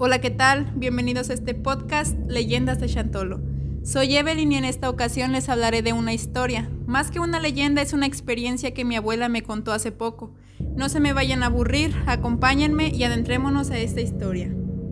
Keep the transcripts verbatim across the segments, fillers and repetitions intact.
Hola, ¿qué tal? Bienvenidos a este podcast Leyendas de Chantolo. Soy Evelyn y en esta ocasión les hablaré de una historia. Más que una leyenda, es una experiencia que mi abuela me contó hace poco. No se me vayan a aburrir, acompáñenme y adentrémonos a esta historia.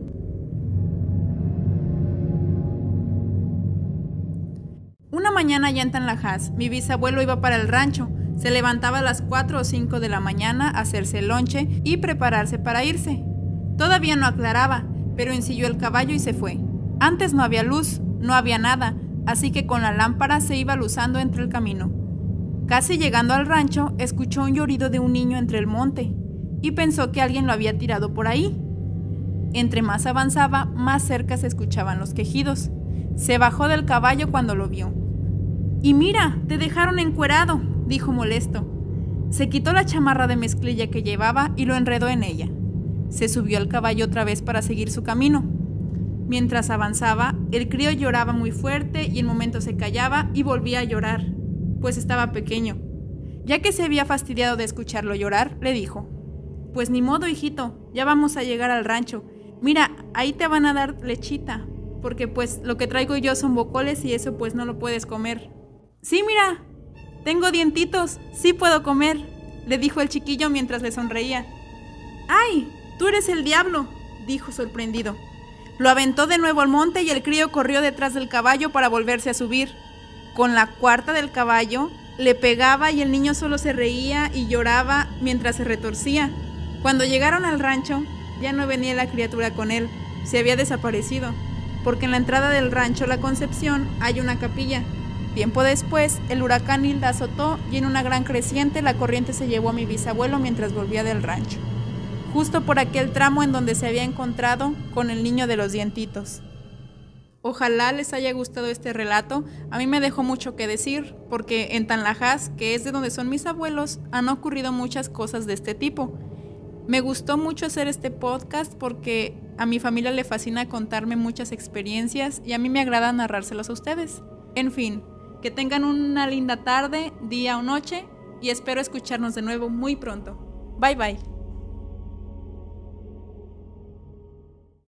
Una mañana ya en Tanlajas, mi bisabuelo iba para el rancho. Se levantaba a las cuatro o cinco de la mañana a hacerse el lonche y prepararse para irse. Todavía no aclaraba, pero ensilló el caballo y se fue. Antes no había luz, no había nada, así que con la lámpara se iba luzando entre el camino. Casi llegando al rancho, escuchó un llorido de un niño entre el monte y pensó que alguien lo había tirado por ahí. Entre más avanzaba, más cerca se escuchaban los quejidos. Se bajó del caballo cuando lo vio. «Y mira, te dejaron encuerado», dijo molesto. Se quitó la chamarra de mezclilla que llevaba y lo enredó en ella. Se subió al caballo otra vez para seguir su camino. Mientras avanzaba, el crío lloraba muy fuerte y en momentos se callaba y volvía a llorar, pues estaba pequeño. Ya que se había fastidiado de escucharlo llorar, le dijo: «Pues ni modo, hijito, ya vamos a llegar al rancho. Mira, ahí te van a dar lechita, porque pues lo que traigo yo son bocoles y eso pues no lo puedes comer». «Sí, mira, tengo dientitos, sí puedo comer», le dijo el chiquillo mientras le sonreía. «¡Ay! ¡Tú eres el diablo!», dijo sorprendido. Lo aventó de nuevo al monte y el crío corrió detrás del caballo para volverse a subir. Con la cuarta del caballo le pegaba y el niño solo se reía y lloraba mientras se retorcía. Cuando llegaron al rancho, ya no venía la criatura con él, se había desaparecido, porque en la entrada del rancho La Concepción hay una capilla. Tiempo después, el huracán Hilda azotó y en una gran creciente la corriente se llevó a mi bisabuelo mientras volvía del rancho, justo por aquel tramo en donde se había encontrado con el niño de los dientitos. Ojalá les haya gustado este relato. A mí me dejó mucho que decir, porque en Tanlajas, que es de donde son mis abuelos, han ocurrido muchas cosas de este tipo. Me gustó mucho hacer este podcast porque a mi familia le fascina contarme muchas experiencias y a mí me agrada narrárselos a ustedes. En fin, que tengan una linda tarde, día o noche y espero escucharnos de nuevo muy pronto. Bye bye.